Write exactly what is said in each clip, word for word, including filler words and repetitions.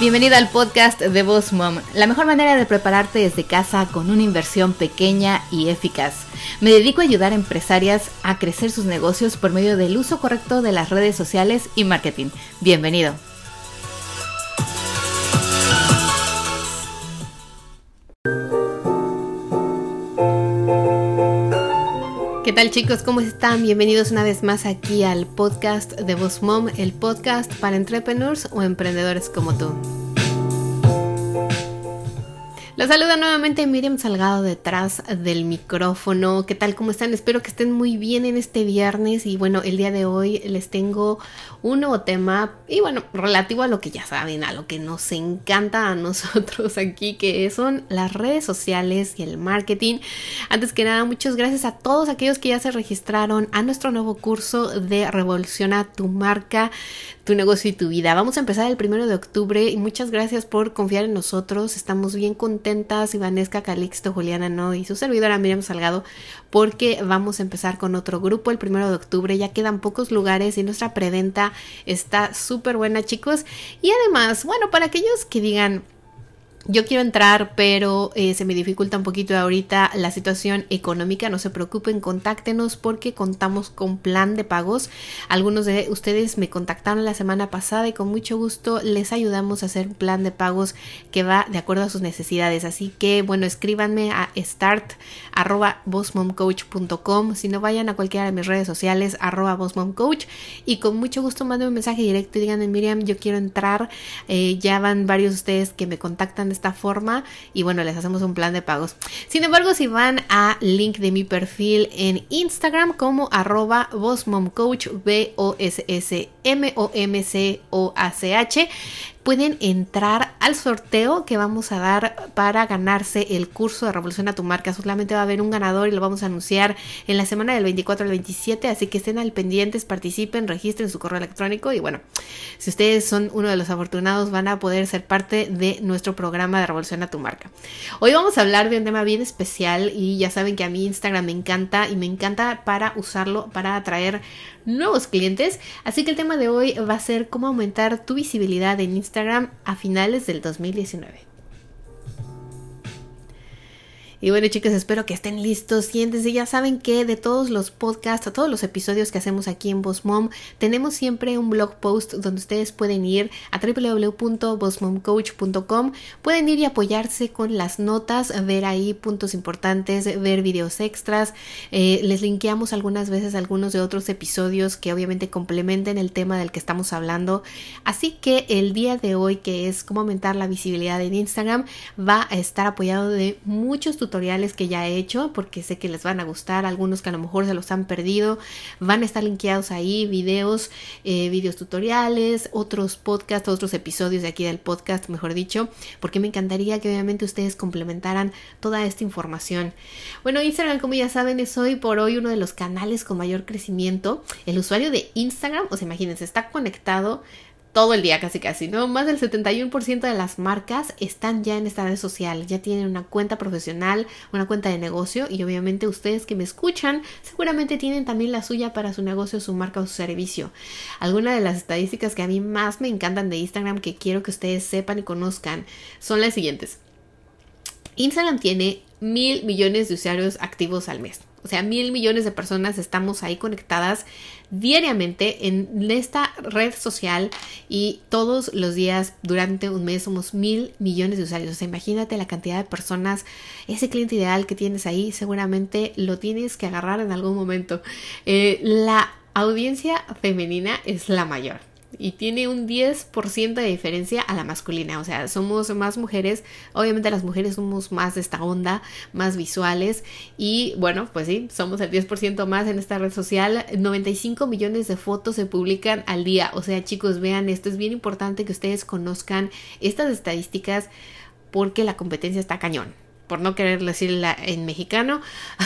Bienvenido al podcast de Boss Mom, la mejor manera de prepararte desde casa con una inversión pequeña y eficaz. Me dedico a ayudar a empresarias a crecer sus negocios por medio del uso correcto de las redes sociales y marketing. Bienvenido. ¿Qué tal, chicos? ¿Cómo están? Bienvenidos una vez más aquí al podcast de Boss Mom, el podcast para entrepreneurs o emprendedores como tú. Los saluda nuevamente Miriam Salgado detrás del micrófono. ¿Qué tal? ¿Cómo están? Espero que estén muy bien en este viernes. Y bueno, el día de hoy les tengo un nuevo tema y bueno, relativo a lo que ya saben, a lo que nos encanta a nosotros aquí, que son las redes sociales y el marketing. Antes que nada, muchas gracias a todos aquellos que ya se registraron a nuestro nuevo curso de Revoluciona tu marca, tu negocio y tu vida. Vamos a empezar el primero de octubre y muchas gracias por confiar en nosotros. Estamos bien contentas, Ivanesca, Calixto, Juliana, no, y su servidora Miriam Salgado, porque vamos a empezar con otro grupo el primero de octubre. Ya quedan pocos lugares y nuestra preventa está súper buena, chicos. Y además, bueno, para aquellos que digan, yo quiero entrar, pero eh, se me dificulta un poquito ahorita la situación económica, no se preocupen, contáctenos porque contamos con plan de pagos. Algunos de ustedes me contactaron la semana pasada y con mucho gusto les ayudamos a hacer un plan de pagos que va de acuerdo a sus necesidades. Así que, bueno, escríbanme a start arroba bossmomcoach punto com. Si no, vayan a cualquiera de mis redes sociales, arroba bossmomcoach, y con mucho gusto manden un mensaje directo y díganme, Miriam, yo quiero entrar. Eh, ya van varios de ustedes que me contactan de esta forma y bueno, les hacemos un plan de pagos. Sin embargo, si van a link de mi perfil en Instagram como arroba bossmomcoach, B O S S M O M C O A C H, pueden entrar al sorteo que vamos a dar para ganarse el curso de Revoluciona tu marca. Solamente va a haber un ganador y lo vamos a anunciar en la semana del veinticuatro al veintisiete, así que estén al pendientes, participen, registren su correo electrónico y bueno, si ustedes son uno de los afortunados van a poder ser parte de nuestro programa de Revoluciona tu marca. Hoy vamos a hablar de un tema bien especial y ya saben que a mí Instagram me encanta y me encanta para usarlo para atraer nuevos clientes, así que el tema de hoy va a ser cómo aumentar tu visibilidad en Instagram a finales del dos mil diecinueve. Y bueno, chicos, espero que estén listos. Siéntense, ya saben que de todos los podcasts, a todos los episodios que hacemos aquí en Boss Mom, tenemos siempre un blog post donde ustedes pueden ir a w w w punto bossmomcoach punto com. Pueden ir y apoyarse con las notas, ver ahí puntos importantes, ver videos extras. Eh, les linkeamos algunas veces algunos de otros episodios que obviamente complementen el tema del que estamos hablando. Así que el día de hoy, que es cómo aumentar la visibilidad en Instagram, va a estar apoyado de muchos tutoriales tutoriales que ya he hecho, porque sé que les van a gustar, algunos que a lo mejor se los han perdido, van a estar linkeados ahí, videos, eh, videos tutoriales, otros podcasts, otros episodios de aquí del podcast, mejor dicho, porque me encantaría que obviamente ustedes complementaran toda esta información. Bueno, Instagram, como ya saben, es hoy por hoy uno de los canales con mayor crecimiento. El usuario de Instagram, o sea, imagínense, está conectado todo el día casi casi, ¿no? Más del setenta y uno por ciento de las marcas están ya en esta red social, ya tienen una cuenta profesional, una cuenta de negocio y obviamente ustedes que me escuchan seguramente tienen también la suya para su negocio, su marca o su servicio. Algunas de las estadísticas que a mí más me encantan de Instagram que quiero que ustedes sepan y conozcan son las siguientes. Instagram tiene mil millones de usuarios activos al mes. O sea, mil millones de personas estamos ahí conectadas diariamente en esta red social y todos los días durante un mes somos mil millones de usuarios. O sea, imagínate la cantidad de personas, ese cliente ideal que tienes ahí, seguramente lo tienes que agarrar en algún momento. Eh, la audiencia femenina es la mayor y tiene un diez por ciento de diferencia a la masculina, o sea, somos más mujeres, obviamente las mujeres somos más de esta onda, más visuales y bueno, pues sí, somos el diez por ciento más en esta red social. Noventa y cinco millones de fotos se publican al día, o sea, chicos, vean, esto es bien importante que ustedes conozcan estas estadísticas porque la competencia está cañón. Por no querer decirla en mexicano,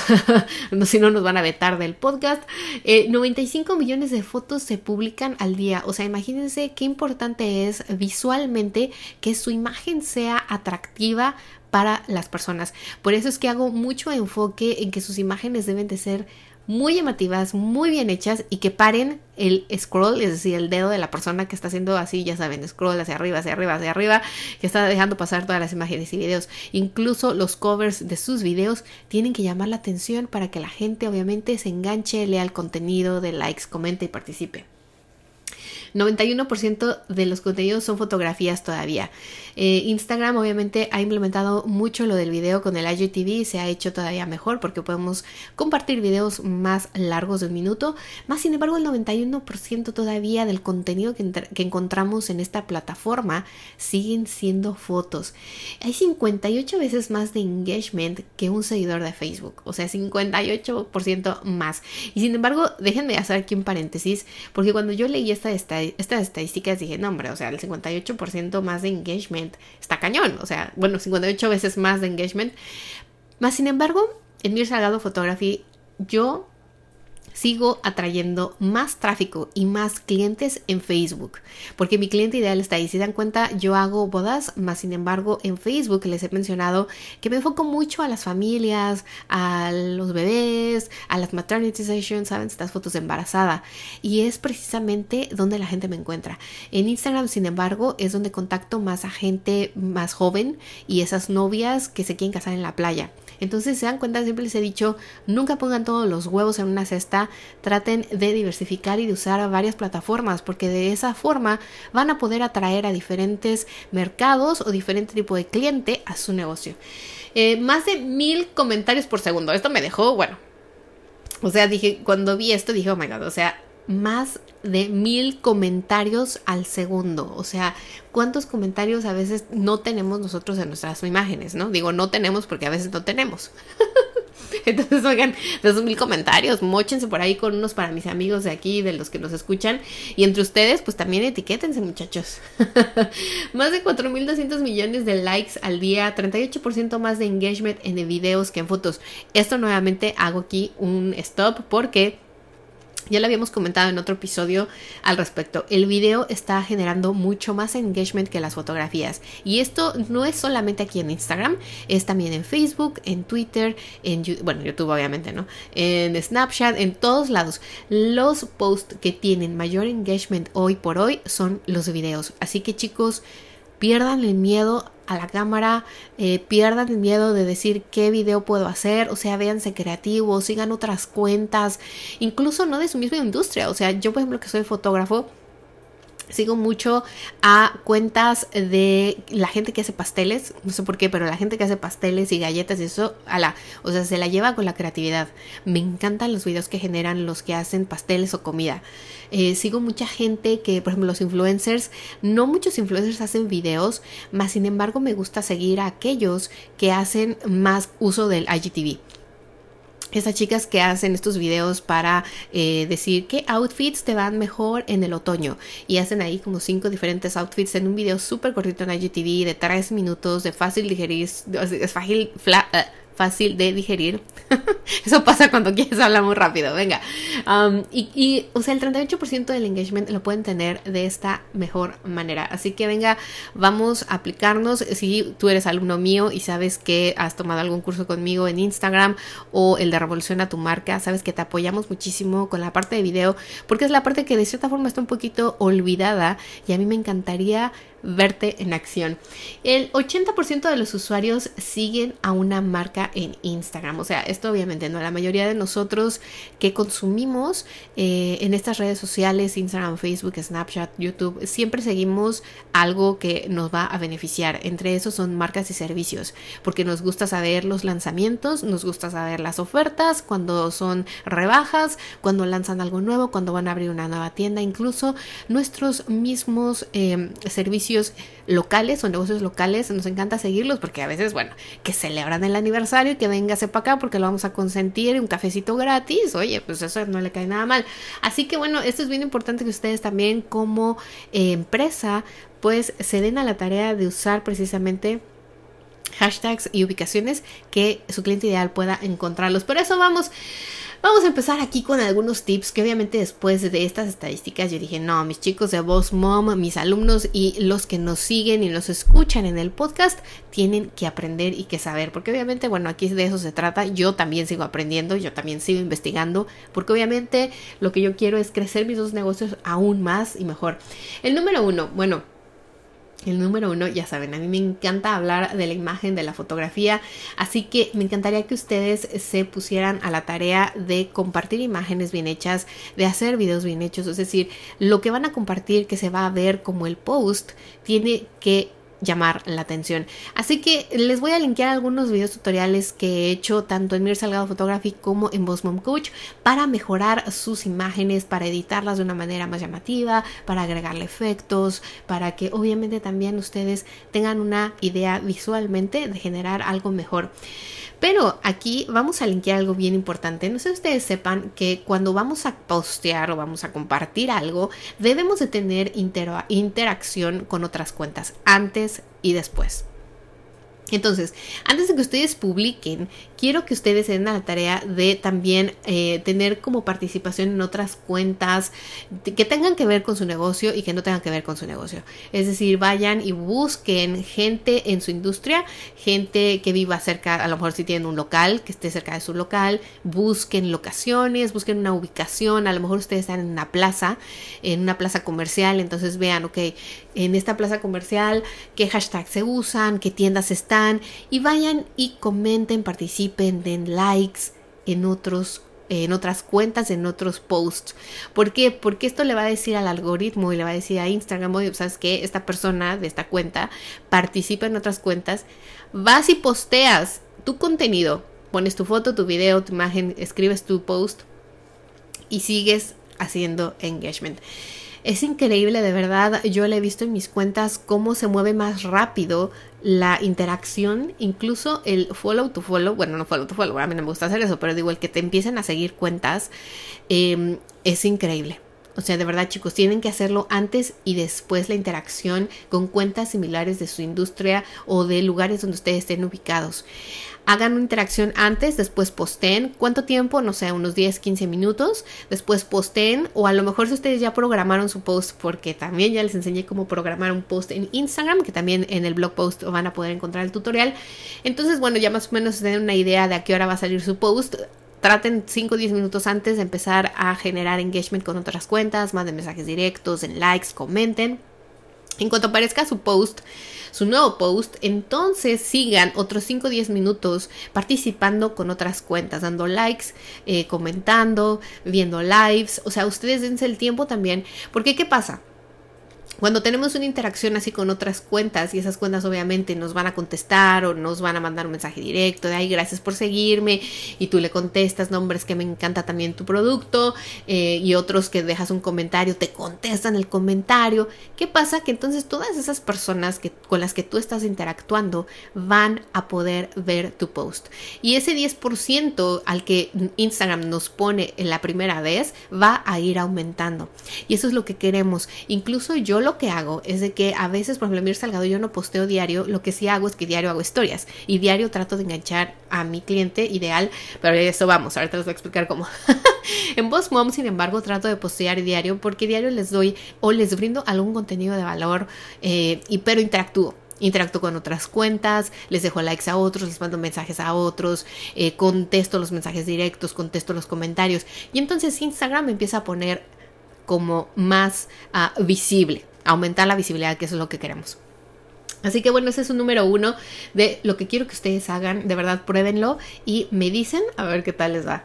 no, si no nos van a vetar del podcast. eh, noventa y cinco millones de fotos se publican al día, o sea, imagínense qué importante es visualmente que su imagen sea atractiva para las personas. Por eso es que hago mucho enfoque en que sus imágenes deben de ser muy llamativas, muy bien hechas y que paren el scroll, es decir, el dedo de la persona que está haciendo así, ya saben, scroll hacia arriba, hacia arriba, hacia arriba, que está dejando pasar todas las imágenes y videos. Incluso los covers de sus videos tienen que llamar la atención para que la gente obviamente se enganche, lea el contenido, dé likes, comente y participe. noventa y uno por ciento de los contenidos son fotografías todavía. Eh, Instagram obviamente ha implementado mucho lo del video con el I G T V, se ha hecho todavía mejor porque podemos compartir videos más largos de un minuto. Más sin embargo, el noventa y uno por ciento todavía del contenido que, que encontramos en esta plataforma siguen siendo fotos. Hay cincuenta y ocho veces más de engagement que un seguidor de Facebook, o sea, cincuenta y ocho por ciento más. Y sin embargo, déjenme hacer aquí un paréntesis, porque cuando yo leí esta estadística, estas estadísticas dije, no hombre, o sea, el cincuenta y ocho por ciento más de engagement está cañón, o sea, bueno, cincuenta y ocho veces más de engagement. Más sin embargo, en Mir Salgado Photography yo sigo atrayendo más tráfico y más clientes en Facebook, porque mi cliente ideal está ahí. Si dan cuenta, yo hago bodas, más sin embargo en Facebook les he mencionado que me enfoco mucho a las familias, a los bebés, a las maternity sessions, saben, estas fotos de embarazada, y es precisamente donde la gente me encuentra. En Instagram, sin embargo, es donde contacto más a gente más joven y esas novias que se quieren casar en la playa. Entonces, se dan cuenta, siempre les he dicho, nunca pongan todos los huevos en una cesta, traten de diversificar y de usar varias plataformas, porque de esa forma van a poder atraer a diferentes mercados o diferente tipo de cliente a su negocio. Eh, más de mil comentarios por segundo. Esto me dejó, bueno, o sea, dije, cuando vi esto dije, oh my god, o sea, más de mil comentarios al segundo. O sea, ¿cuántos comentarios a veces no tenemos nosotros en nuestras imágenes, no? Digo, no tenemos porque a veces no tenemos. Entonces, oigan, de esos mil comentarios, móchense por ahí con unos para mis amigos de aquí, de los que nos escuchan. Y entre ustedes, pues también etiquétense, muchachos. Más de cuatro mil doscientos millones de likes al día, treinta y ocho por ciento más de engagement en videos que en fotos. Esto nuevamente hago aquí un stop porque ya lo habíamos comentado en otro episodio al respecto. El video está generando mucho más engagement que las fotografías. Y esto no es solamente aquí en Instagram, es también en Facebook, en Twitter, en bueno, YouTube obviamente, ¿no? En Snapchat, en todos lados. Los posts que tienen mayor engagement hoy por hoy son los videos. Así que, chicos, pierdan el miedo a la cámara, eh, pierdan el miedo de decir qué video puedo hacer, o sea, véanse creativos, sigan otras cuentas, incluso no de su misma industria. O sea, yo por ejemplo que soy fotógrafo, sigo mucho a cuentas de la gente que hace pasteles, no sé por qué, pero la gente que hace pasteles y galletas y eso, ala, o sea, se la lleva con la creatividad. Me encantan los videos que generan los que hacen pasteles o comida. Eh, sigo mucha gente que, por ejemplo, los influencers, no muchos influencers hacen videos, más sin embargo me gusta seguir a aquellos que hacen más uso del I G T V. Estas chicas que hacen estos videos para eh, decir qué outfits te van mejor en el otoño, y hacen ahí como cinco diferentes outfits en un video súper cortito en I G T V de tres minutos, de fácil digerir, es fácil, fla, uh, fácil de digerir. Eso pasa cuando quieres hablar muy rápido, venga. Um, y, y, o sea, el treinta y ocho por ciento del engagement lo pueden tener de esta mejor manera. Así que venga, vamos a aplicarnos. Si tú eres alumno mío y sabes que has tomado algún curso conmigo en Instagram o el de Revoluciona tu Marca, sabes que te apoyamos muchísimo con la parte de video, porque es la parte que de cierta forma está un poquito olvidada y a mí me encantaría verte en acción. El ochenta por ciento de los usuarios siguen a una marca en Instagram. O sea, esto obviamente no, la mayoría de nosotros que consumimos eh, en estas redes sociales, Instagram, Facebook, Snapchat, YouTube, siempre seguimos algo que nos va a beneficiar. Entre esos son marcas y servicios, porque nos gusta saber los lanzamientos, nos gusta saber las ofertas, cuando son rebajas, cuando lanzan algo nuevo, cuando van a abrir una nueva tienda, incluso nuestros mismos eh, servicios locales o negocios locales, nos encanta seguirlos porque a veces, bueno, que celebran el aniversario, que véngase para acá porque lo vamos a consentir, un cafecito gratis, oye, pues eso no le cae nada mal. Así que bueno, esto es bien importante que ustedes también como eh, empresa pues se den a la tarea de usar precisamente hashtags y ubicaciones que su cliente ideal pueda encontrarlos. Por eso vamos Vamos a empezar aquí con algunos tips que obviamente después de estas estadísticas yo dije, no, mis chicos de Boss Mom, mis alumnos y los que nos siguen y nos escuchan en el podcast tienen que aprender y que saber, porque obviamente, bueno, aquí de eso se trata. Yo también sigo aprendiendo, yo también sigo investigando, porque obviamente lo que yo quiero es crecer mis dos negocios aún más y mejor. El número uno, bueno, El número uno, ya saben, a mí me encanta hablar de la imagen, de la fotografía, así que me encantaría que ustedes se pusieran a la tarea de compartir imágenes bien hechas, de hacer videos bien hechos, es decir, lo que van a compartir que se va a ver como el post tiene que llamar la atención. Así que les voy a linkear algunos videos tutoriales que he hecho tanto en Mir Salgado Photography como en Boss Mom Coach para mejorar sus imágenes, para editarlas de una manera más llamativa, para agregarle efectos, para que obviamente también ustedes tengan una idea visualmente de generar algo mejor. Pero aquí vamos a linkear algo bien importante. No sé si ustedes sepan que cuando vamos a postear o vamos a compartir algo, debemos de tener inter- interacción con otras cuentas antes y después. Entonces, antes de que ustedes publiquen, quiero que ustedes se den a la tarea de también eh, tener como participación en otras cuentas que tengan que ver con su negocio y que no tengan que ver con su negocio. Es decir, vayan y busquen gente en su industria, gente que viva cerca, a lo mejor si tienen un local, que esté cerca de su local, busquen locaciones, busquen una ubicación, a lo mejor ustedes están en una plaza, en una plaza comercial, entonces vean, ok, en esta plaza comercial, qué hashtags se usan, qué tiendas están, y vayan y comenten, participen, den likes en otros en otras cuentas, en otros posts. ¿Por qué? Porque esto le va a decir al algoritmo y le va a decir a Instagram, oye, ¿sabes qué? Esta persona de esta cuenta participa en otras cuentas. Vas y posteas tu contenido, pones tu foto, tu video, tu imagen, escribes tu post y sigues haciendo engagement. Es increíble, de verdad, yo le he visto en mis cuentas cómo se mueve más rápido la interacción, incluso el follow to follow, bueno, no follow to follow, a mí no me gusta hacer eso, pero digo, el que te empiecen a seguir cuentas, eh, es increíble. O sea, de verdad, chicos, tienen que hacerlo antes y después la interacción con cuentas similares de su industria o de lugares donde ustedes estén ubicados. Hagan una interacción antes, después posteen. ¿Cuánto tiempo? No sé, unos diez, quince minutos. Después posteen, o a lo mejor si ustedes ya programaron su post, porque también ya les enseñé cómo programar un post en Instagram, que también en el blog post van a poder encontrar el tutorial. Entonces, bueno, ya más o menos tienen una idea de a qué hora va a salir su post. Traten cinco o diez minutos antes de empezar a generar engagement con otras cuentas, manden mensajes directos, den likes, comenten. En cuanto aparezca su post, su nuevo post, entonces sigan otros cinco o diez minutos participando con otras cuentas, dando likes, eh, comentando, viendo lives. O sea, ustedes dense el tiempo también, porque ¿qué pasa? Cuando tenemos una interacción así con otras cuentas y esas cuentas obviamente nos van a contestar o nos van a mandar un mensaje directo de ay, gracias por seguirme, y tú le contestas, no, hombre, es que me encanta también tu producto, eh, y otros que dejas un comentario te contestan el comentario. ¿Qué pasa? Que entonces todas esas personas que, con las que tú estás interactuando van a poder ver tu post, y ese diez por ciento al que Instagram nos pone en la primera vez va a ir aumentando, y eso es lo que queremos. Incluso yo lo que hago es de que a veces, por ejemplo, en Mir Salgado yo no posteo diario, lo que sí hago es que diario hago historias y diario trato de enganchar a mi cliente ideal, pero eso vamos, ahorita les voy a explicar cómo. En Boss Mom, sin embargo, trato de postear diario porque diario les doy o les brindo algún contenido de valor, eh, y pero interactúo. Interactúo con otras cuentas, les dejo likes a otros, les mando mensajes a otros, eh, contesto los mensajes directos, contesto los comentarios, y entonces Instagram me empieza a poner como más uh, visible, aumentar la visibilidad, que eso es lo que queremos. Así que bueno, ese es un número uno de lo que quiero que ustedes hagan. De verdad, pruébenlo y me dicen a ver qué tal les va.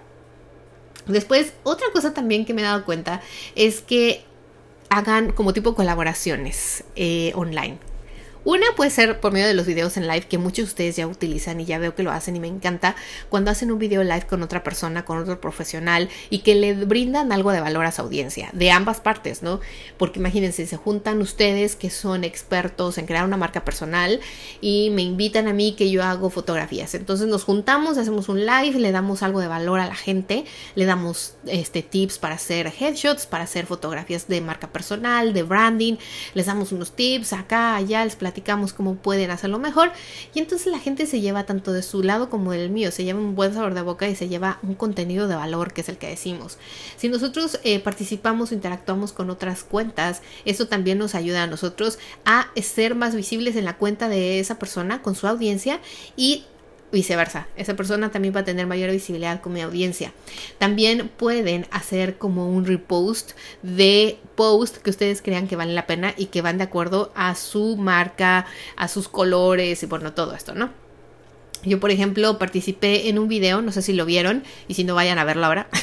Después, otra cosa también que me he dado cuenta es que hagan como tipo colaboraciones eh, online. Una puede ser por medio de los videos en live que muchos de ustedes ya utilizan y ya veo que lo hacen y me encanta cuando hacen un video live con otra persona, con otro profesional y que le brindan algo de valor a su audiencia, de ambas partes, ¿no? Porque imagínense, se juntan ustedes que son expertos en crear una marca personal y me invitan a mí que yo hago fotografías. Entonces nos juntamos, hacemos un live, le damos algo de valor a la gente, le damos este tips para hacer headshots, para hacer fotografías de marca personal, de branding, les damos unos tips acá, allá, les platicamos platicamos cómo pueden hacerlo mejor, y entonces la gente se lleva tanto de su lado como del mío, se lleva un buen sabor de boca y se lleva un contenido de valor, que es el que decimos. Si nosotros eh, participamos o interactuamos con otras cuentas, eso también nos ayuda a nosotros a ser más visibles en la cuenta de esa persona con su audiencia, y viceversa, esa persona también va a tener mayor visibilidad con mi audiencia. También pueden hacer como un repost de post que ustedes crean que vale la pena y que van de acuerdo a su marca, a sus colores y bueno, todo esto, ¿no? Yo, por ejemplo, participé en un video, no sé si lo vieron, y si no, vayan a verlo ahora,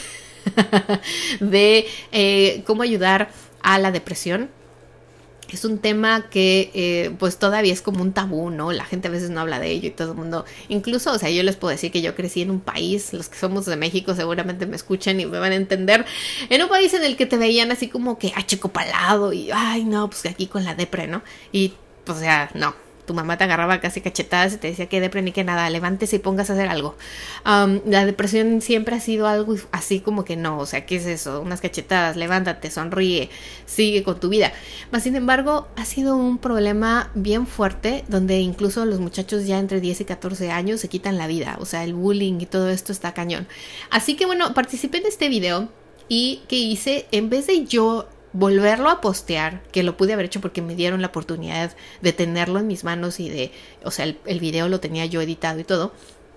de eh, cómo ayudar a la depresión. Es un tema que eh, pues todavía es como un tabú, ¿no? La gente a veces no habla de ello y todo el mundo, incluso, o sea, yo les puedo decir que yo crecí en un país, los que somos de México seguramente me escuchan y me van a entender, en un país en el que te veían así como que achicopalado y, ay, no, pues aquí con la depre, ¿no? Y, pues, o sea, no. Tu mamá te agarraba casi cachetadas y te decía que depre ni que nada, levántese y póngase a hacer algo. Um, la depresión siempre ha sido algo así como que no, o sea, ¿qué es eso? Unas cachetadas, levántate, sonríe, sigue con tu vida. Mas, sin embargo, ha sido un problema bien fuerte donde incluso los muchachos ya entre diez y catorce años se quitan la vida. O sea, el bullying y todo esto está cañón. Así que bueno, participé en este video y ¿qué hice? En vez de yo volverlo a postear, que lo pude haber hecho porque me dieron la oportunidad de tenerlo en mis manos y de, o sea, el, el video lo tenía yo editado y todo,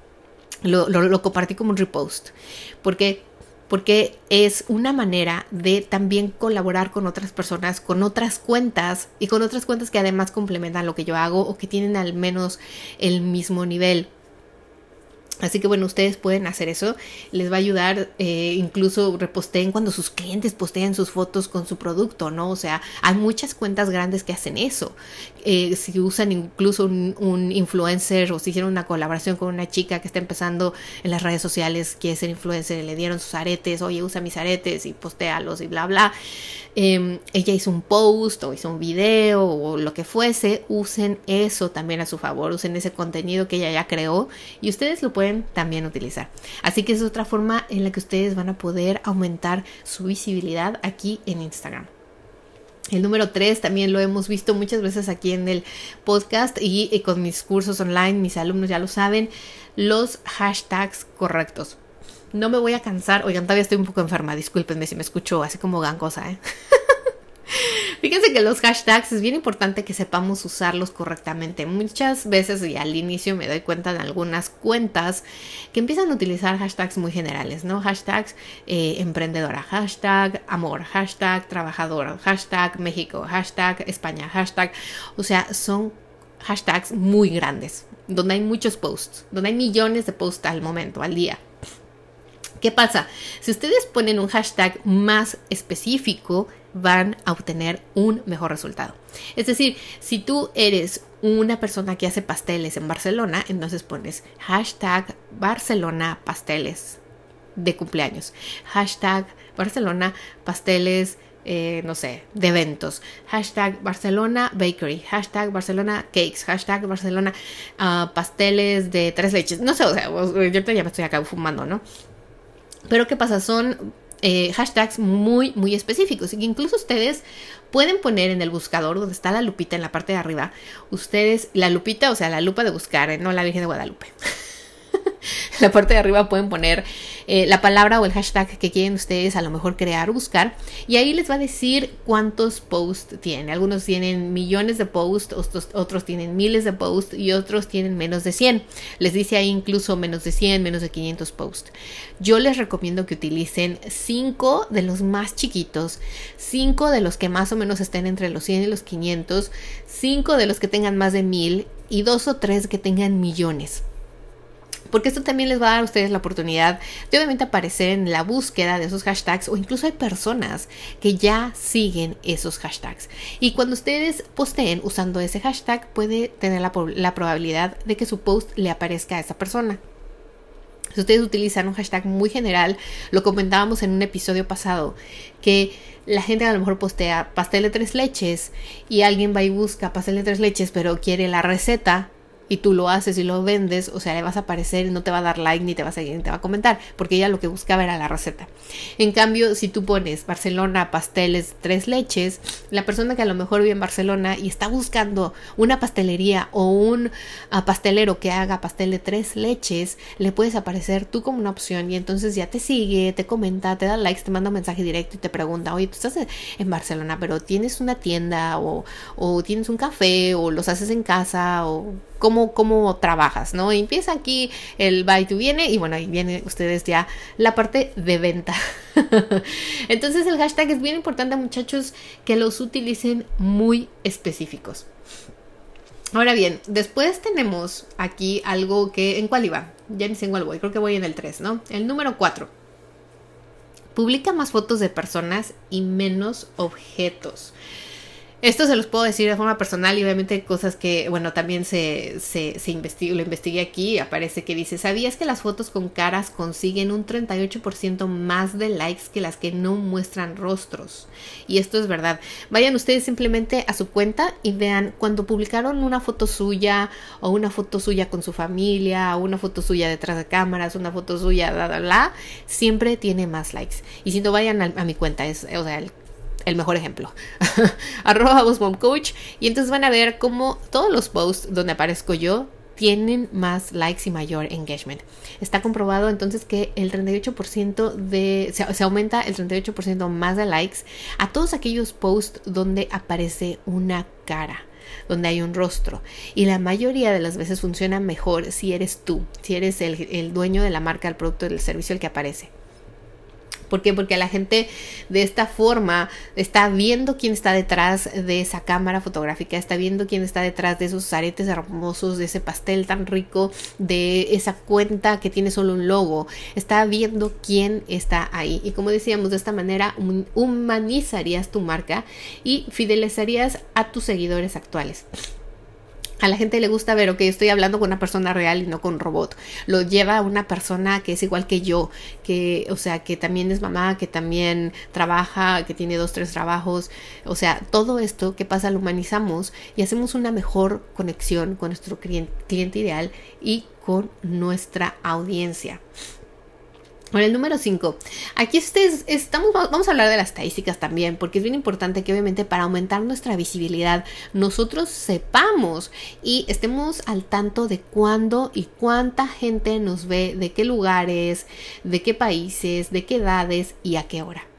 lo, lo, lo compartí como un repost, porque porque es una manera de también colaborar con otras personas, con otras cuentas y con otras cuentas que además complementan lo que yo hago o que tienen al menos el mismo nivel. Así que bueno, ustedes pueden hacer eso, les va a ayudar, eh, incluso reposteen cuando sus clientes postean sus fotos con su producto, ¿no? O sea, hay muchas cuentas grandes que hacen eso. Eh, si usan incluso un, un influencer o si hicieron una colaboración con una chica que está empezando en las redes sociales, quiere ser influencer, le dieron sus aretes, oye, usa mis aretes y postéalos y bla, bla. Eh, ella hizo un post o hizo un video o lo que fuese, usen eso también a su favor, usen ese contenido que ella ya creó y ustedes lo pueden también utilizar. Así que es otra forma en la que ustedes van a poder aumentar su visibilidad aquí en Instagram. El número tres también lo hemos visto muchas veces aquí en el podcast y, y con mis cursos online, mis alumnos ya lo saben, los hashtags correctos. No me voy a cansar, oigan, todavía estoy un poco enferma, discúlpenme si me escucho así como gangosa, ¿eh? Fíjense que los hashtags es bien importante que sepamos usarlos correctamente. Muchas veces, y al inicio me doy cuenta de algunas cuentas que empiezan a utilizar hashtags muy generales, ¿no? Hashtags eh, emprendedora, hashtag amor, hashtag trabajadora, hashtag México, hashtag España, hashtag, o sea, son hashtags muy grandes, donde hay muchos posts, donde hay millones de posts al momento, al día. ¿Qué pasa? Si ustedes ponen un hashtag más específico, van a obtener un mejor resultado. Es decir, si tú eres una persona que hace pasteles en Barcelona, entonces pones hashtag Barcelona pasteles de cumpleaños, hashtag Barcelona pasteles, eh, no sé, de eventos, hashtag Barcelona bakery, hashtag Barcelona cakes, hashtag Barcelona uh, pasteles de tres leches. No sé, o sea, yo ya me estoy acá fumando, ¿no? Pero ¿qué pasa? Son eh, hashtags muy, muy específicos y que incluso ustedes pueden poner en el buscador donde está la lupita en la parte de arriba. Ustedes, la lupita, o sea, la lupa de buscar, ¿eh? No la Virgen de Guadalupe. En la parte de arriba pueden poner eh, la palabra o el hashtag que quieren ustedes a lo mejor crear o buscar y ahí les va a decir cuántos posts tienen. Algunos tienen millones de posts, otros, otros tienen miles de posts y otros tienen menos de cien. Les dice ahí incluso menos de cien, menos de quinientos posts. Yo les recomiendo que utilicen cinco de los más chiquitos, cinco de los que más o menos estén entre los cien y los quinientos, cinco de los que tengan más de mil y dos o tres que tengan millones. Porque esto también les va a dar a ustedes la oportunidad de obviamente aparecer en la búsqueda de esos hashtags o incluso hay personas que ya siguen esos hashtags. Y cuando ustedes posteen usando ese hashtag puede tener la, la probabilidad de que su post le aparezca a esa persona. Si ustedes utilizan un hashtag muy general, lo comentábamos en un episodio pasado, que la gente a lo mejor postea pastel de tres leches y alguien va y busca pastel de tres leches pero quiere la receta. y tú lo haces y lo vendes, o sea, le vas a aparecer y no te va a dar like, ni te va a seguir, ni te va a comentar, porque ella lo que buscaba era la receta. En cambio, si tú pones Barcelona pasteles tres leches, la persona que a lo mejor vive en Barcelona y está buscando una pastelería o un uh, pastelero que haga pastel de tres leches, le puedes aparecer tú como una opción y entonces ya te sigue, te comenta, te da likes, te manda un mensaje directo y te pregunta, oye, tú estás en Barcelona, pero tienes una tienda o, o tienes un café o los haces en casa o cómo, cómo trabajas, ¿no? Y empieza aquí el va y tú viene y bueno, ahí viene ustedes ya la parte de venta. Entonces el hashtag es bien importante, muchachos, que los utilicen muy específicos. Ahora bien, después tenemos aquí algo que, ¿en cuál iba? Ya ni sé en cuál voy, creo que voy en el tres, ¿no? El número cuatro. Publica más fotos de personas y menos objetos. Esto se los puedo decir de forma personal y obviamente cosas que, bueno, también se, se, se investiga, lo investigué aquí, aparece que dice, ¿sabías que las fotos con caras consiguen un treinta y ocho por ciento más de likes que las que no muestran rostros? Y esto es verdad. Vayan ustedes simplemente a su cuenta y vean cuando publicaron una foto suya o una foto suya con su familia, o una foto suya detrás de cámaras, una foto suya, bla, bla, bla, siempre tiene más likes. Y si no, vayan a, a mi cuenta, es, o sea, el el mejor ejemplo, arroba bossmomcoach, y entonces van a ver cómo todos los posts donde aparezco yo tienen más likes y mayor engagement. Está comprobado entonces que el treinta y ocho por ciento de, se, se aumenta el treinta y ocho por ciento más de likes a todos aquellos posts donde aparece una cara, donde hay un rostro, y la mayoría de las veces funciona mejor si eres tú, si eres el, el dueño de la marca, el producto, del servicio el que aparece. ¿Por qué? Porque la gente de esta forma está viendo quién está detrás de esa cámara fotográfica, está viendo quién está detrás de esos aretes hermosos, de ese pastel tan rico, de esa cuenta que tiene solo un logo, está viendo quién está ahí. Y como decíamos, de esta manera humanizarías tu marca y fidelizarías a tus seguidores actuales. A la gente le gusta ver, ok, estoy hablando con una persona real y no con un robot. Lo lleva una persona que es igual que yo, que, o sea, que también es mamá, que también trabaja, que tiene dos, tres trabajos. O sea, todo esto que pasa lo humanizamos y hacemos una mejor conexión con nuestro cliente, cliente ideal y con nuestra audiencia. Bueno, el número cinco. Aquí ustedes estamos, vamos a hablar de las estadísticas también, porque es bien importante que obviamente para aumentar nuestra visibilidad nosotros sepamos y estemos al tanto de cuándo y cuánta gente nos ve, de qué lugares, de qué países, de qué edades y a qué hora.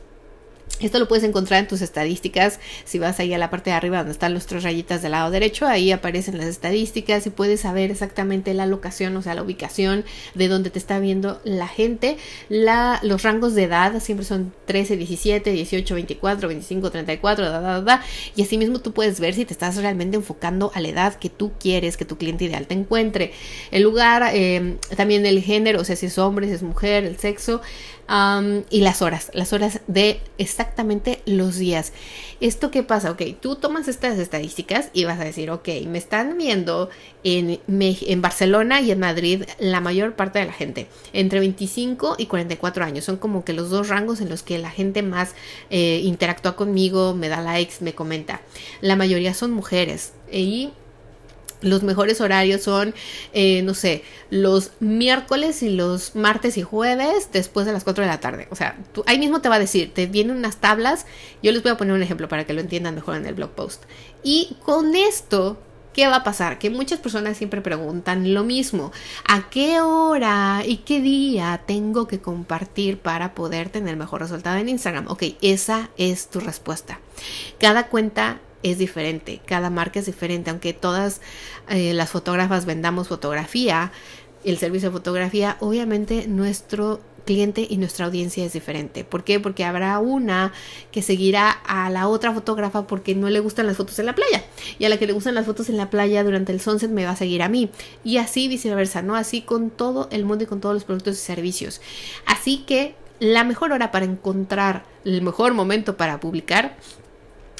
Esto lo puedes encontrar en tus estadísticas. Si vas ahí a la parte de arriba donde están las tres rayitas del lado derecho, ahí aparecen las estadísticas y puedes saber exactamente la locación, o sea, la ubicación de donde te está viendo la gente. La, los rangos de edad siempre son trece, diecisiete, dieciocho, veinticuatro, veinticinco, treinta y cuatro, da, da, da, y así mismo tú puedes ver si te estás realmente enfocando a la edad que tú quieres que tu cliente ideal te encuentre. El lugar, eh, también el género, o sea, si es hombre, si es mujer, el sexo. Um, y las horas, las horas de exactamente los días. ¿Esto qué pasa? Ok, tú tomas estas estadísticas y vas a decir, ok, me están viendo en, en Barcelona y en Madrid la mayor parte de la gente, entre veinticinco y cuarenta y cuatro años. Son como que los dos rangos en los que la gente más eh, interactúa conmigo, me da likes, me comenta. La mayoría son mujeres y los mejores horarios son, eh, no sé, los miércoles y los martes y jueves después de las cuatro de la tarde. O sea, tú, ahí mismo te va a decir, te vienen unas tablas. Yo les voy a poner un ejemplo para que lo entiendan mejor en el blog post. Y con esto, ¿qué va a pasar? Que muchas personas siempre preguntan lo mismo. ¿A qué hora y qué día tengo que compartir para poder tener mejor resultado en Instagram? Ok, esa es tu respuesta. Cada cuenta es diferente, cada marca es diferente, aunque todas eh, las fotógrafas vendamos fotografía, el servicio de fotografía, obviamente nuestro cliente y nuestra audiencia es diferente. ¿Por qué? Porque habrá una que seguirá a la otra fotógrafa porque no le gustan las fotos en la playa, y a la que le gustan las fotos en la playa durante el sunset me va a seguir a mí, y así viceversa, ¿no? Así con todo el mundo y con todos los productos y servicios. Así que la mejor hora para encontrar el mejor momento para publicar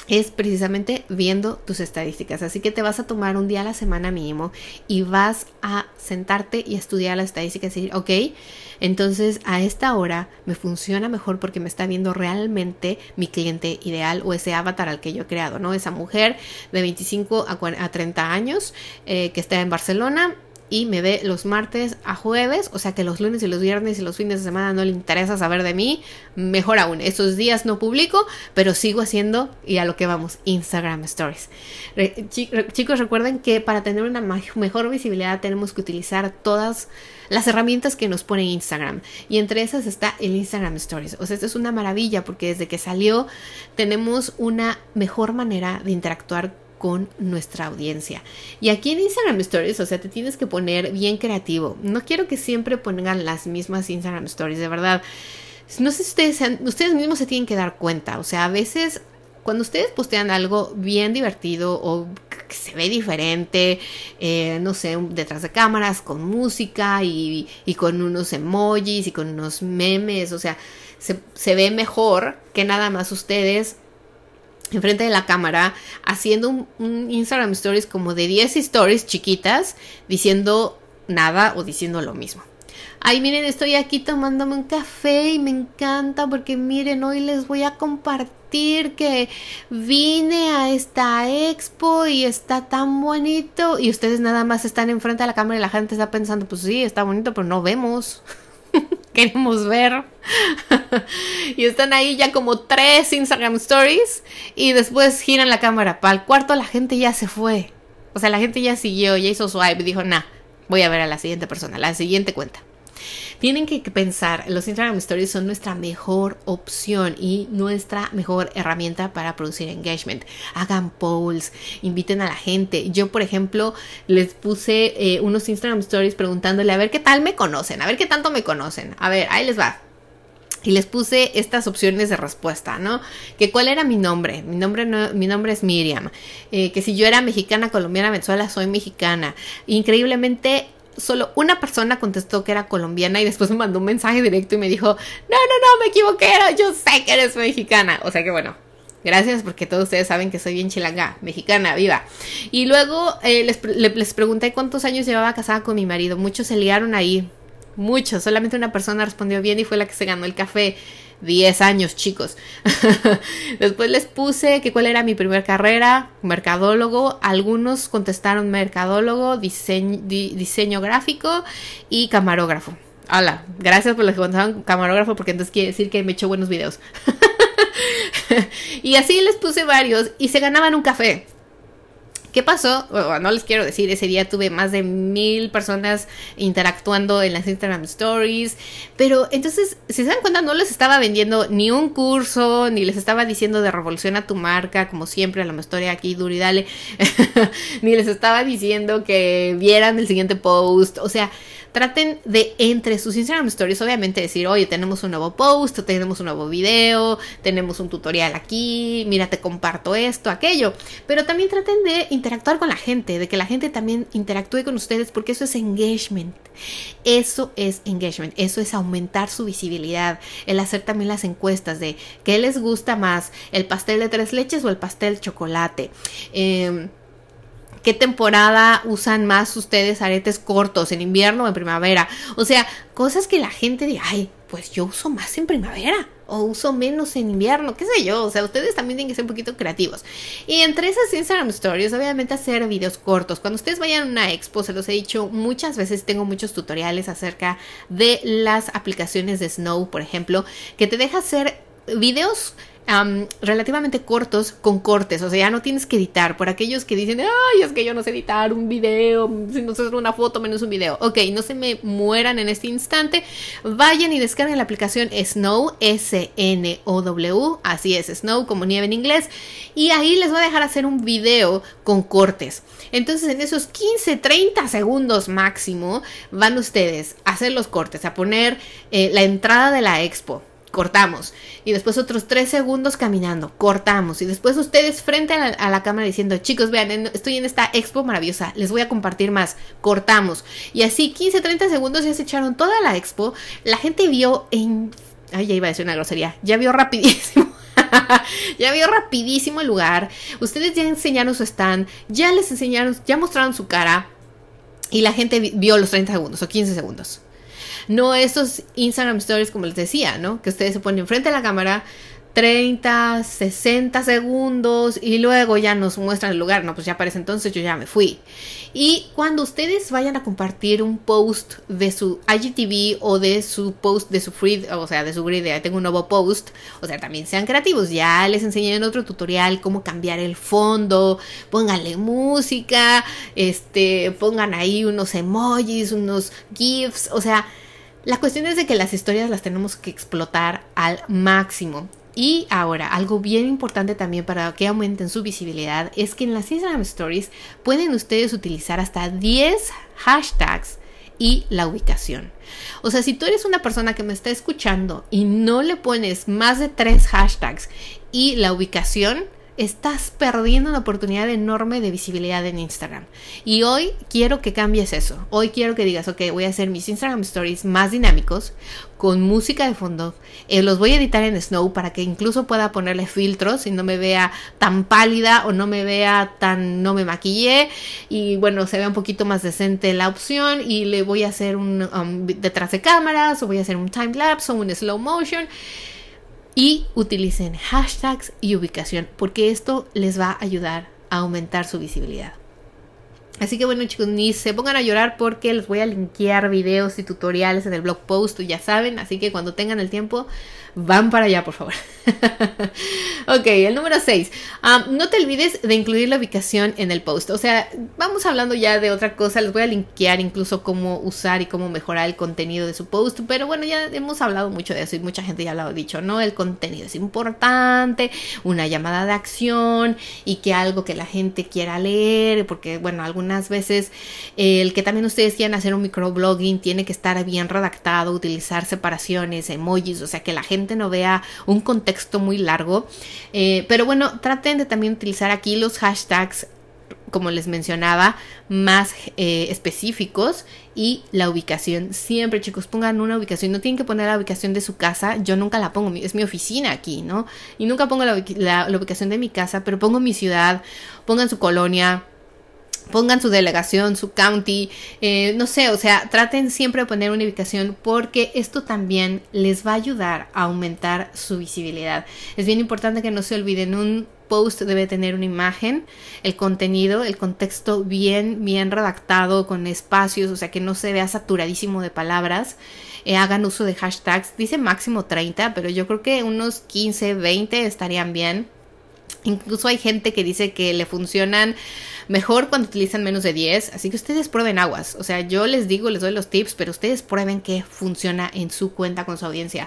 es precisamente viendo tus estadísticas. Así que te vas a tomar un día a la semana mínimo y vas a sentarte y a estudiar las estadísticas y decir, ok, entonces a esta hora me funciona mejor porque me está viendo realmente mi cliente ideal o ese avatar al que yo he creado, ¿no? Esa mujer de veinticinco a treinta años eh, que está en Barcelona y me ve los martes a jueves, o sea que los lunes y los viernes y los fines de semana no le interesa saber de mí, mejor aún, esos días no publico, pero sigo haciendo, y a lo que vamos, Instagram Stories. Re- chicos, recuerden que para tener una mejor visibilidad tenemos que utilizar todas las herramientas que nos pone Instagram, y entre esas está el Instagram Stories. O sea, esto es una maravilla porque desde que salió tenemos una mejor manera de interactuar con nuestra audiencia. Y aquí en Instagram Stories, o sea, te tienes que poner bien creativo. No quiero que siempre pongan las mismas Instagram Stories, de verdad. No sé si ustedes, sean, ustedes mismos se tienen que dar cuenta. O sea, a veces cuando ustedes postean algo bien divertido o que se ve diferente, eh, no sé, detrás de cámaras, con música y, y con unos emojis y con unos memes, o sea, se, se ve mejor que nada más ustedes enfrente de la cámara haciendo un, un Instagram Stories como de diez stories chiquitas diciendo nada o diciendo lo mismo. Ay, miren, estoy aquí tomándome un café y me encanta porque miren, hoy les voy a compartir que vine a esta expo y está tan bonito, y ustedes nada más están enfrente de la cámara y la gente está pensando, pues sí, está bonito, pero no vemos. Queremos ver. Y están ahí ya como tres Instagram Stories y después giran la cámara. Para el cuarto la gente ya se fue. O sea, la gente ya siguió, ya hizo swipe y dijo, nah, voy a ver a la siguiente persona, la siguiente cuenta. Tienen que pensar, los Instagram Stories son nuestra mejor opción y nuestra mejor herramienta para producir engagement. Hagan polls, inviten a la gente. Yo, por ejemplo, les puse eh, unos Instagram Stories preguntándole a ver qué tal me conocen, a ver qué tanto me conocen. A ver, ahí les va. Y les puse estas opciones de respuesta, ¿no? Que cuál era mi nombre. Mi nombre, no, mi nombre es Miriam. Eh, que si yo era mexicana, colombiana, Venezuela, soy mexicana. Increíblemente, solo una persona contestó que era colombiana y después me mandó un mensaje directo y me dijo, no, no, no, me equivoqué, yo sé que eres mexicana. O sea que bueno, gracias porque todos ustedes saben que soy bien chilanga, mexicana, viva. Y luego eh, les, les pregunté cuántos años llevaba casada con mi marido. Muchos se liaron ahí, muchos. Solamente una persona respondió bien y fue la que se ganó el café. diez años, chicos. Después les puse que cuál era mi primer carrera, mercadólogo. Algunos contestaron mercadólogo, diseño, di, diseño gráfico y camarógrafo. Hola, gracias por los que contestaron camarógrafo, porque entonces quiere decir que me echó buenos videos. Y así les puse varios y se ganaban un café. ¿Qué pasó? Bueno, no les quiero decir, ese día tuve más de mil personas interactuando en las Instagram Stories, pero entonces, si se dan cuenta, no les estaba vendiendo ni un curso, ni les estaba diciendo de revoluciona tu marca, como siempre, a lo mejor estoy aquí duro y dale, ni les estaba diciendo que vieran el siguiente post. O sea, traten de entre sus Instagram Stories, obviamente decir, oye, tenemos un nuevo post, tenemos un nuevo video, tenemos un tutorial aquí, mira, te comparto esto, aquello, pero también traten de interactuar con la gente, de que la gente también interactúe con ustedes, porque eso es engagement. Eso es engagement, eso es aumentar su visibilidad, el hacer también las encuestas de qué les gusta más, el pastel de tres leches o el pastel de chocolate. Eh, ¿Qué temporada usan más ustedes aretes cortos? ¿En invierno o en primavera? O sea, cosas que la gente diga, ay, pues yo uso más en primavera o uso menos en invierno, qué sé yo. O sea, ustedes también tienen que ser un poquito creativos. Y entre esas Instagram Stories, obviamente hacer videos cortos. Cuando ustedes vayan a una expo, se los he dicho muchas veces, tengo muchos tutoriales acerca de las aplicaciones de Snow, por ejemplo, que te deja hacer videos Um, relativamente cortos con cortes. O sea, ya no tienes que editar. Por aquellos que dicen, ay, es que yo no sé editar un video, si no sé hacer una foto menos un video. Ok, no se me mueran en este instante. Vayan y descarguen la aplicación Snow, S N O W, así es, Snow como nieve en inglés, y ahí les voy a dejar hacer un video con cortes. Entonces en esos quince, treinta segundos máximo van ustedes a hacer los cortes, a poner eh, la entrada de la expo, cortamos, y después otros tres segundos caminando, cortamos, y después ustedes frente a la, a la cámara diciendo, chicos, vean, en, estoy en esta expo maravillosa, les voy a compartir más, cortamos, y así quince, treinta segundos ya se echaron toda la expo. La gente vio en, ay, ya iba a decir una grosería, ya vio rapidísimo Ya vio rapidísimo el lugar. Ustedes ya enseñaron su stand, ya les enseñaron, ya mostraron su cara y la gente vio los treinta segundos o quince segundos. No esos Instagram Stories como les decía, ¿no? Que ustedes se ponen enfrente de la cámara treinta, sesenta segundos y luego ya nos muestran el lugar. No, pues ya para ese entonces yo ya me fui. Y cuando ustedes vayan a compartir un post de su I G T V o de su post de su feed, o sea, de su grid, ya tengo un nuevo post, o sea, también sean creativos. Ya les enseñé en otro tutorial cómo cambiar el fondo, pónganle música, este, pongan ahí unos emojis, unos GIFs, o sea, la cuestión es de que las historias las tenemos que explotar al máximo. Y ahora, algo bien importante también para que aumenten su visibilidad es que en las Instagram Stories pueden ustedes utilizar hasta diez hashtags y la ubicación. O sea, si tú eres una persona que me está escuchando y no le pones más de tres hashtags y la ubicación, estás perdiendo una oportunidad enorme de visibilidad en Instagram. Y hoy quiero que cambies eso. Hoy quiero que digas, ok, voy a hacer mis Instagram Stories más dinámicos, con música de fondo. Eh, los voy a editar en Snow para que incluso pueda ponerle filtros y no me vea tan pálida o no me vea tan, no me maquillé. Y bueno, se vea un poquito más decente la opción. Y le voy a hacer un um, detrás de cámaras, o voy a hacer un time lapse o un slow motion. Y utilicen hashtags y ubicación, porque esto les va a ayudar a aumentar su visibilidad. Así que bueno, chicos, ni se pongan a llorar porque les voy a linkear videos y tutoriales en el blog post, ya saben. Así que cuando tengan el tiempo, van para allá, por favor. Ok, el número seis. Um, no te olvides de incluir la ubicación en el post. O sea, vamos hablando ya de otra cosa. Les voy a linkear incluso cómo usar y cómo mejorar el contenido de su post. Pero bueno, ya hemos hablado mucho de eso y mucha gente ya lo ha dicho, ¿no? El contenido es importante, una llamada de acción y que algo que la gente quiera leer. Porque, bueno, algunas veces eh, el que también ustedes quieran hacer un microblogging tiene que estar bien redactado, utilizar separaciones, emojis, o sea, que la gente no vea un contexto muy largo. Eh, pero bueno, traten de también utilizar aquí los hashtags, como les mencionaba, más eh, específicos, y la ubicación. Siempre, chicos, pongan una ubicación. No tienen que poner la ubicación de su casa. Yo nunca la pongo, es mi oficina aquí, ¿no? Y nunca pongo la, la, la ubicación de mi casa, pero pongo mi ciudad, pongan su colonia, pongan su delegación, su county, eh, no sé, o sea, traten siempre de poner una ubicación, porque esto también les va a ayudar a aumentar su visibilidad. Es bien importante que no se olviden, un post debe tener una imagen, el contenido, el contexto bien, bien redactado, con espacios, o sea, que no se vea saturadísimo de palabras. Eh, hagan uso de hashtags, dice máximo treinta, pero yo creo que unos quince, veinte estarían bien. Incluso hay gente que dice que le funcionan mejor cuando utilizan menos de diez, así que ustedes prueben aguas. O sea, yo les digo, les doy los tips, pero ustedes prueben que funciona en su cuenta con su audiencia.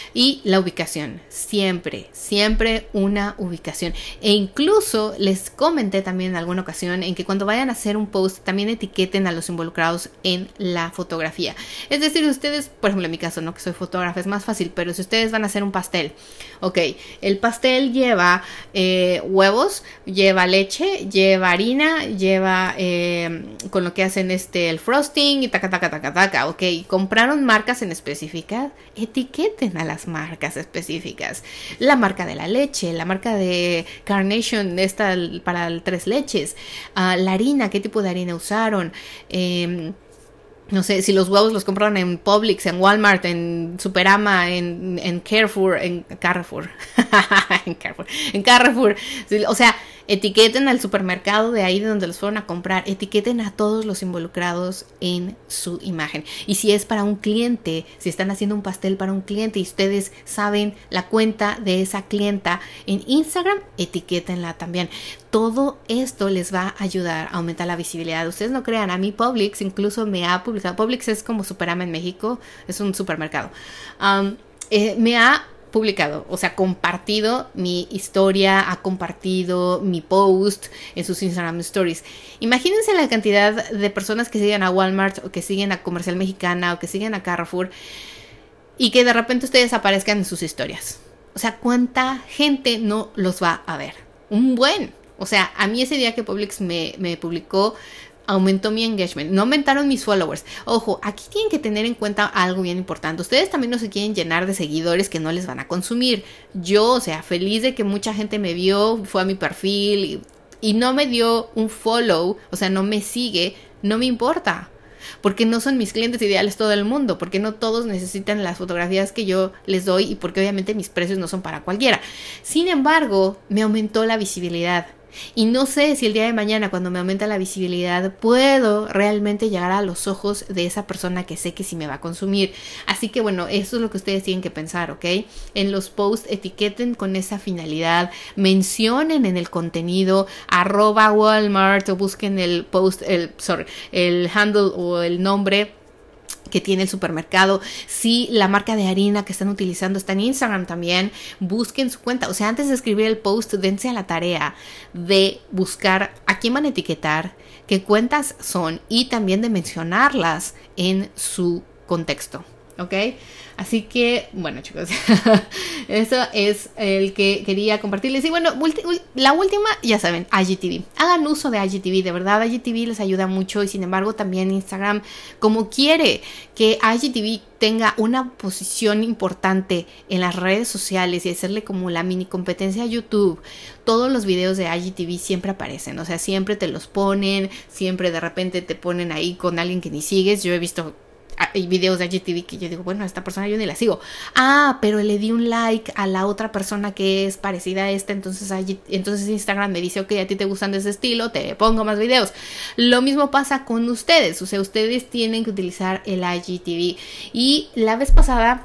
Y la ubicación, siempre, siempre una ubicación. E incluso les comenté también en alguna ocasión en que cuando vayan a hacer un post, también etiqueten a los involucrados en la fotografía. Es decir, ustedes, por ejemplo, en mi caso, no que soy fotógrafa, es más fácil, pero si ustedes van a hacer un pastel, ok, el pastel lleva eh, huevos, lleva leche, lleva harina, lleva eh, con lo que hacen este el frosting y taca, taca, taca, taca, ok, compraron marcas en específicas, etiqueten a las marcas específicas, la marca de la leche, la marca de Carnation, esta para el tres leches, uh, la harina, qué tipo de harina usaron, eh, no sé, si los huevos los compraron en Publix, en Walmart, en Superama, en, en Carrefour, en Carrefour, en Carrefour, en Carrefour, o sea, etiqueten al supermercado de ahí de donde los fueron a comprar, etiqueten a todos los involucrados en su imagen. Y si es para un cliente, si están haciendo un pastel para un cliente y ustedes saben la cuenta de esa clienta en Instagram, etiquétenla también. Todo esto les va a ayudar a aumentar la visibilidad. Ustedes no crean, a mí Publix incluso me ha publicado, Publix es como Superama en México, es un supermercado, um, eh, me ha publicado, o sea, compartido mi historia, ha compartido mi post en sus Instagram Stories. Imagínense la cantidad de personas que siguen a Walmart o que siguen a Comercial Mexicana o que siguen a Carrefour y que de repente ustedes aparezcan en sus historias. O sea, ¿cuánta gente no los va a ver? Un buen. O sea, a mí ese día que Publix me, me publicó, aumentó mi engagement, no aumentaron mis followers. Ojo, aquí tienen que tener en cuenta algo bien importante. Ustedes también no se quieren llenar de seguidores que no les van a consumir. Yo, o sea, feliz de que mucha gente me vio, fue a mi perfil y, y no me dio un follow, o sea, no me sigue, no me importa. Porque no son mis clientes ideales todo el mundo, porque no todos necesitan las fotografías que yo les doy y porque obviamente mis precios no son para cualquiera. Sin embargo, me aumentó la visibilidad. Y no sé si el día de mañana, cuando me aumenta la visibilidad, puedo realmente llegar a los ojos de esa persona que sé que sí me va a consumir. Así que bueno, eso es lo que ustedes tienen que pensar, ¿ok? En los posts etiqueten con esa finalidad, mencionen en el contenido arroba Walmart o busquen el post, el, sorry, el handle o el nombre que tiene el supermercado. Si la marca de harina que están utilizando está en Instagram también, busquen su cuenta. O sea, antes de escribir el post, dense a la tarea de buscar a quién van a etiquetar, qué cuentas son y también de mencionarlas en su contexto, ¿ok? Así que, bueno, chicos, eso es el que quería compartirles. Y bueno, ulti- la última, ya saben, I G T V. Hagan uso de I G T V, de verdad, I G T V les ayuda mucho. Y sin embargo, también Instagram, como quiere que I G T V tenga una posición importante en las redes sociales y hacerle como la mini competencia a YouTube, todos los videos de I G T V siempre aparecen. O sea, siempre te los ponen, siempre de repente te ponen ahí con alguien que ni sigues. Yo he visto hay videos de I G T V que yo digo, bueno, a esta persona yo ni la sigo. Ah, pero le di un like a la otra persona que es parecida a esta, entonces, entonces Instagram me dice, ok, a ti te gustan de ese estilo, te pongo más videos. Lo mismo pasa con ustedes, o sea, ustedes tienen que utilizar el I G T V. Y la vez pasada,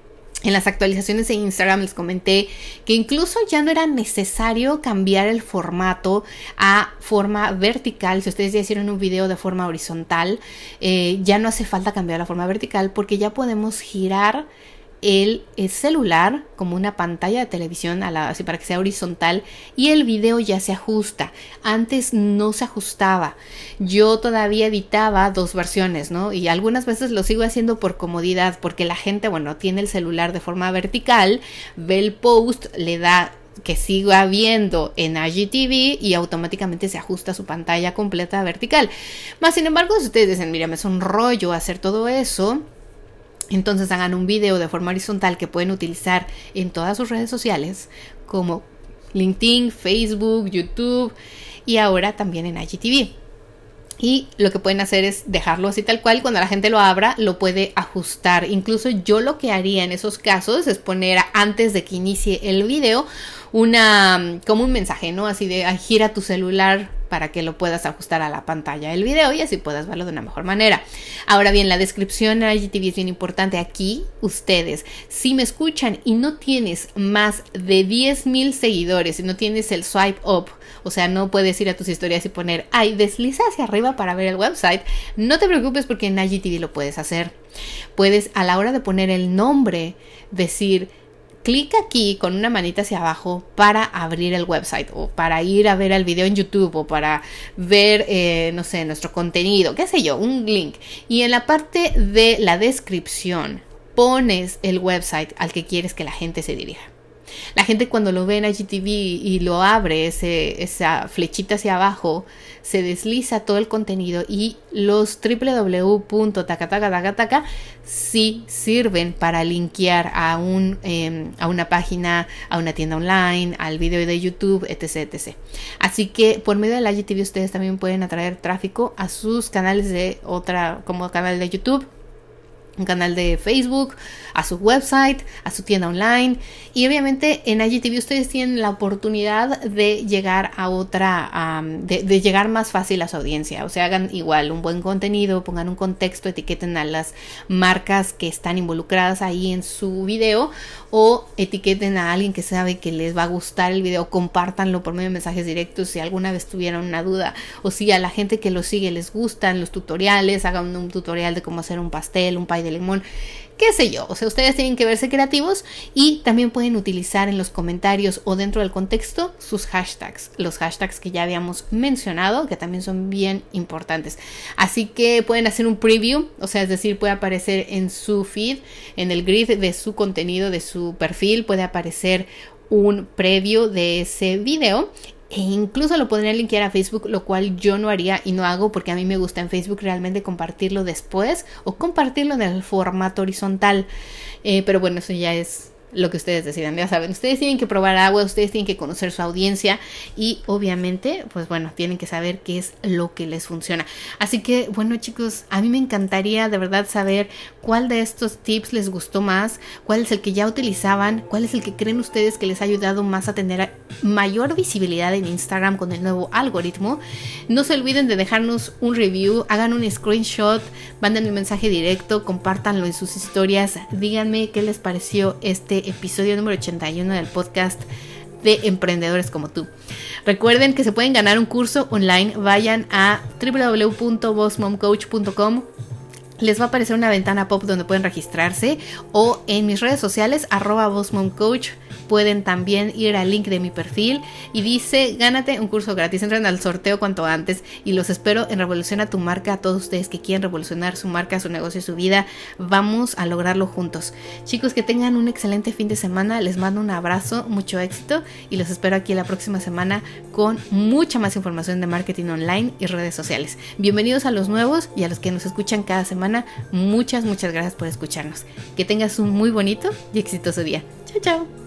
en las actualizaciones de Instagram les comenté que incluso ya no era necesario cambiar el formato a forma vertical. Si ustedes ya hicieron un video de forma horizontal, eh, ya no hace falta cambiar la forma vertical porque ya podemos girar el, el celular como una pantalla de televisión a la, así para que sea horizontal y el video ya se ajusta. Antes no se ajustaba. Yo todavía editaba dos versiones, ¿no? Y algunas veces lo sigo haciendo por comodidad porque la gente, bueno, tiene el celular de forma vertical, ve el post, le da que siga viendo en I G T V y automáticamente se ajusta su pantalla completa vertical. Más sin embargo, si ustedes dicen, mira, me es un rollo hacer todo eso, entonces hagan un video de forma horizontal que pueden utilizar en todas sus redes sociales como LinkedIn, Facebook, YouTube y ahora también en I G T V. Y lo que pueden hacer es dejarlo así tal cual. Cuando la gente lo abra, lo puede ajustar. Incluso yo lo que haría en esos casos es poner antes de que inicie el video una, como un mensaje, ¿no? Así de gira tu celular para que lo puedas ajustar a la pantalla del video y así puedas verlo de una mejor manera. Ahora bien, la descripción en I G T V es bien importante. Aquí, ustedes, si me escuchan y no tienes más de diez mil seguidores, si no tienes el swipe up, o sea, no puedes ir a tus historias y poner, ay, desliza hacia arriba para ver el website, no te preocupes porque en I G T V lo puedes hacer. Puedes, a la hora de poner el nombre, decir, clic aquí con una manita hacia abajo para abrir el website o para ir a ver el video en YouTube o para ver, eh, no sé, nuestro contenido, qué sé yo, un link. Y en la parte de la descripción pones el website al que quieres que la gente se dirija. La gente cuando lo ve en I G T V y lo abre, ese, esa flechita hacia abajo, se desliza todo el contenido y los www punto taca taca taca taca sí sirven para linkear a, un, eh, a una página, a una tienda online, al video de YouTube, etc, etcétera. Así que por medio del I G T V ustedes también pueden atraer tráfico a sus canales de otra, como canal de YouTube, un canal de Facebook, a su website, a su tienda online. Y obviamente en I G T V ustedes tienen la oportunidad de llegar a otra, um, de, de llegar más fácil a su audiencia. O sea, hagan igual un buen contenido, pongan un contexto, etiqueten a las marcas que están involucradas ahí en su video o etiqueten a alguien que sabe que les va a gustar el video, compártanlo por medio de mensajes directos si alguna vez tuvieron una duda o si a la gente que lo sigue les gustan los tutoriales, hagan un tutorial de cómo hacer un pastel, un pie de limón, qué sé yo. O sea, ustedes tienen que verse creativos y también pueden utilizar en los comentarios o dentro del contexto sus hashtags, los hashtags que ya habíamos mencionado, que también son bien importantes. Así que pueden hacer un preview, o sea, es decir, puede aparecer en su feed, en el grid de su contenido, de su perfil, puede aparecer un preview de ese video e incluso lo podría linkear a Facebook, lo cual yo no haría y no hago porque a mí me gusta en Facebook realmente compartirlo después o compartirlo en el formato horizontal. Eh, pero bueno, eso ya es lo que ustedes decidan, ya saben, ustedes tienen que probar agua, ustedes tienen que conocer su audiencia y obviamente, pues bueno, tienen que saber qué es lo que les funciona. Así que, bueno chicos, a mí me encantaría de verdad saber cuál de estos tips les gustó más, cuál es el que ya utilizaban, cuál es el que creen ustedes que les ha ayudado más a tener mayor visibilidad en Instagram con el nuevo algoritmo. No se olviden de dejarnos un review, hagan un screenshot, manden un mensaje directo, compártanlo en sus historias, díganme qué les pareció este episodio número ochenta y uno del podcast de emprendedores como tú. Recuerden que se pueden ganar un curso online, vayan a w w w punto boss mom coach punto com. Les va a aparecer una ventana pop donde pueden registrarse, o en mis redes sociales arroba bossmomcoach pueden también ir al link de mi perfil y dice gánate un curso gratis. Entren al sorteo cuanto antes y los espero en Revoluciona tu Marca. A todos ustedes que quieren revolucionar su marca, su negocio, su vida, vamos a lograrlo juntos. Chicos, que tengan un excelente fin de semana, les mando un abrazo, mucho éxito y los espero aquí la próxima semana con mucha más información de marketing online y redes sociales. Bienvenidos a los nuevos y a los que nos escuchan cada semana, muchas muchas gracias por escucharnos. Que tengas un muy bonito y exitoso día. Chao, chao.